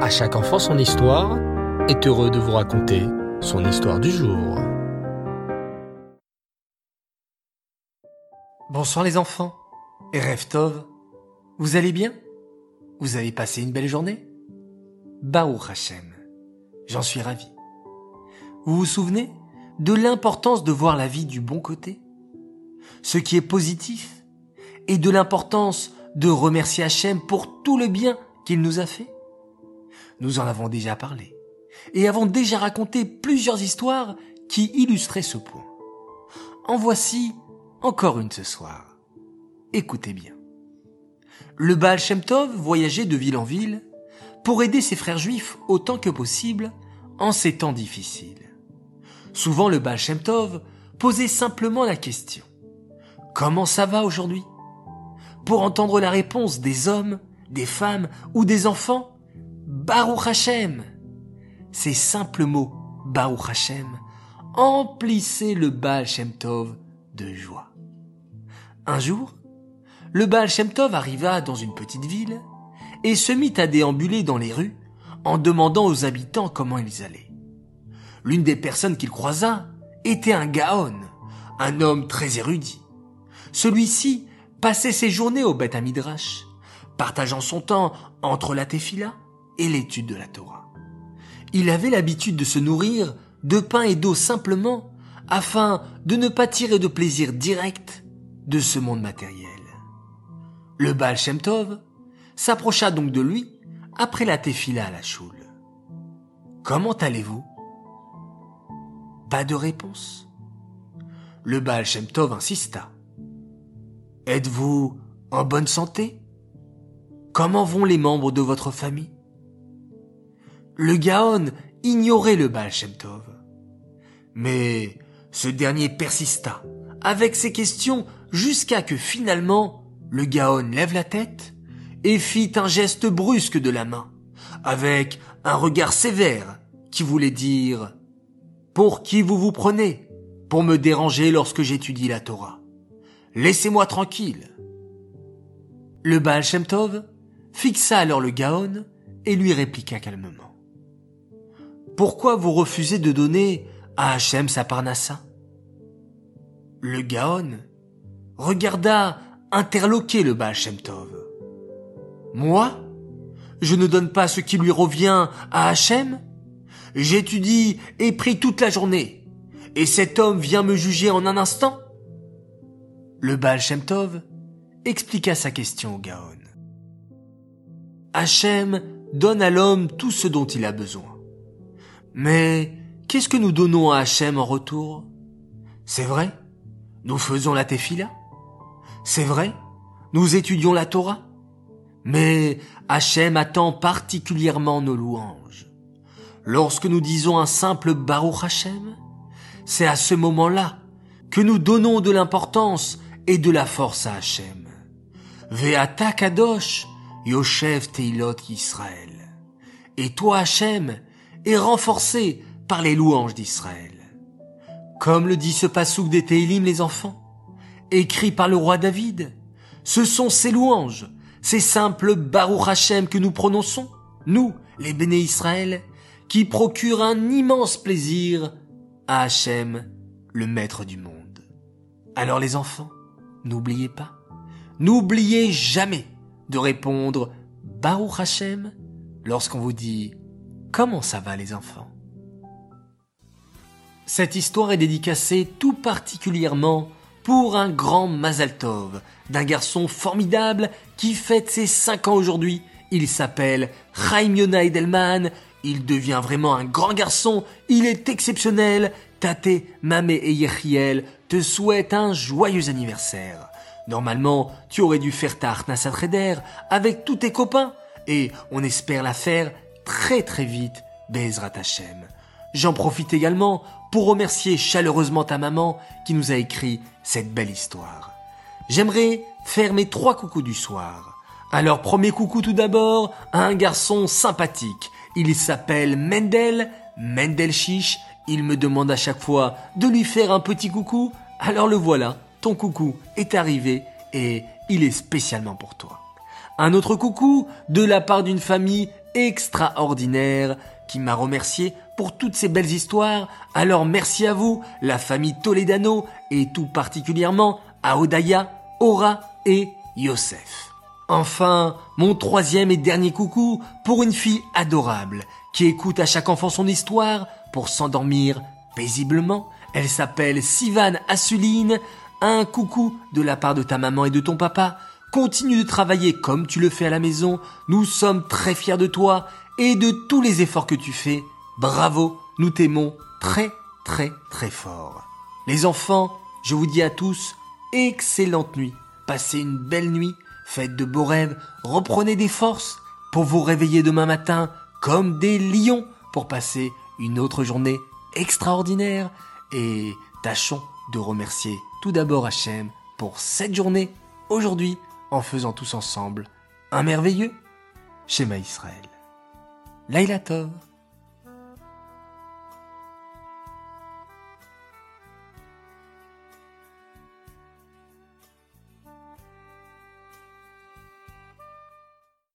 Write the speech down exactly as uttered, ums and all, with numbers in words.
À chaque enfant son histoire est heureux de vous raconter son histoire du jour. Bonsoir les enfants, Erev Tov, vous allez bien? Vous avez passé une belle journée? Baruch Hashem, j'en suis ravi. Vous vous souvenez de l'importance de voir la vie du bon côté? Ce qui est positif, et de l'importance de remercier Hashem pour tout le bien qu'il nous a fait? Nous en avons déjà parlé, et avons déjà raconté plusieurs histoires qui illustraient ce point. En voici encore une ce soir. Écoutez bien. Le Baal Shem Tov voyageait de ville en ville pour aider ses frères juifs autant que possible en ces temps difficiles. Souvent le Baal Shem Tov posait simplement la question « Comment ça va aujourd'hui ?» Pour entendre la réponse des hommes, des femmes ou des enfants, Baruch Hashem. Ces simples mots, Baruch Hashem, emplissaient le Baal Shem Tov de joie. Un jour, le Baal Shem Tov arriva dans une petite ville et se mit à déambuler dans les rues en demandant aux habitants comment ils allaient. L'une des personnes qu'il croisa était un Gaon, un homme très érudit. Celui-ci passait ses journées au Beth Hamidrash, partageant son temps entre la Tefila et l'étude de la Torah. Il avait l'habitude de se nourrir de pain et d'eau simplement afin de ne pas tirer de plaisir direct de ce monde matériel. Le Baal Shem Tov s'approcha donc de lui après la Tefila à la choule. « Comment allez-vous » Pas de réponse. Le Baal Shem Tov insista. « Êtes-vous en bonne santé ? Comment vont les membres de votre famille ?» Le Gaon ignorait le Baal Shem Tov. Mais ce dernier persista avec ses questions jusqu'à que finalement le Gaon lève la tête et fit un geste brusque de la main, avec un regard sévère qui voulait dire « Pour qui vous vous prenez pour me déranger lorsque j'étudie la Torah ? Laissez-moi tranquille !» Le Baal Shem Tov fixa alors le Gaon et lui répliqua calmement. Pourquoi vous refusez de donner à Hachem sa parnassa ? Le Gaon regarda interloqué le Baal Shem Tov. Moi ? Je ne donne pas ce qui lui revient à Hachem ? J'étudie et prie toute la journée, et cet homme vient me juger en un instant ? Le Baal Shem Tov expliqua sa question au Gaon. Hachem donne à l'homme tout ce dont il a besoin. Mais qu'est-ce que nous donnons à Hachem en retour ? C'est vrai, nous faisons la Tefila. C'est vrai, nous étudions la Torah. Mais Hachem attend particulièrement nos louanges. Lorsque nous disons un simple Baruch Hachem, c'est à ce moment-là que nous donnons de l'importance et de la force à Hachem. Ve'ata kadosh yoshev teilot Yisraël. Et toi, Hachem, est renforcé par les louanges d'Israël. Comme le dit ce passouk des Téhilim, les enfants, écrit par le roi David, ce sont ces louanges, ces simples Baruch Hashem que nous prononçons, nous, les Béné Israël, qui procurent un immense plaisir à Hachem, le maître du monde. Alors les enfants, n'oubliez pas, n'oubliez jamais de répondre Baruch Hashem lorsqu'on vous dit comment ça va les enfants? Cette histoire est dédicacée tout particulièrement pour un grand Mazal Tov, d'un garçon formidable qui fête ses cinq ans aujourd'hui. Il s'appelle Chaim Yona Edelman, il devient vraiment un grand garçon, il est exceptionnel. Tate, Mamé et Yechiel te souhaitent un joyeux anniversaire. Normalement, tu aurais dû faire ta Harnasat Cheder avec tous tes copains, et on espère la faire très très vite, Be'ezrat Hashem. J'en profite également pour remercier chaleureusement ta maman qui nous a écrit cette belle histoire. J'aimerais faire mes trois coucous du soir. Alors premier coucou tout d'abord à un garçon sympathique. Il s'appelle Mendel, Mendel Chiche. Il me demande à chaque fois de lui faire un petit coucou. Alors le voilà, ton coucou est arrivé et il est spécialement pour toi. Un autre coucou de la part d'une famille extraordinaire qui m'a remercié pour toutes ces belles histoires. Alors merci à vous, la famille Toledano, et tout particulièrement à Odaya, Ora et Youssef. Enfin, mon troisième et dernier coucou pour une fille adorable qui écoute à chaque enfant son histoire pour s'endormir paisiblement. Elle s'appelle Sivan Assuline. Un coucou de la part de ta maman et de ton papa. Continue de travailler comme tu le fais à la maison. Nous sommes très fiers de toi et de tous les efforts que tu fais. Bravo, nous t'aimons très très très fort. Les enfants, je vous dis à tous, excellente nuit. Passez une belle nuit, faites de beaux rêves, reprenez des forces pour vous réveiller demain matin comme des lions pour passer une autre journée extraordinaire. Et tâchons de remercier tout d'abord Hachem pour cette journée aujourd'hui en faisant tous ensemble un merveilleux Shema Israël. Laila Tov.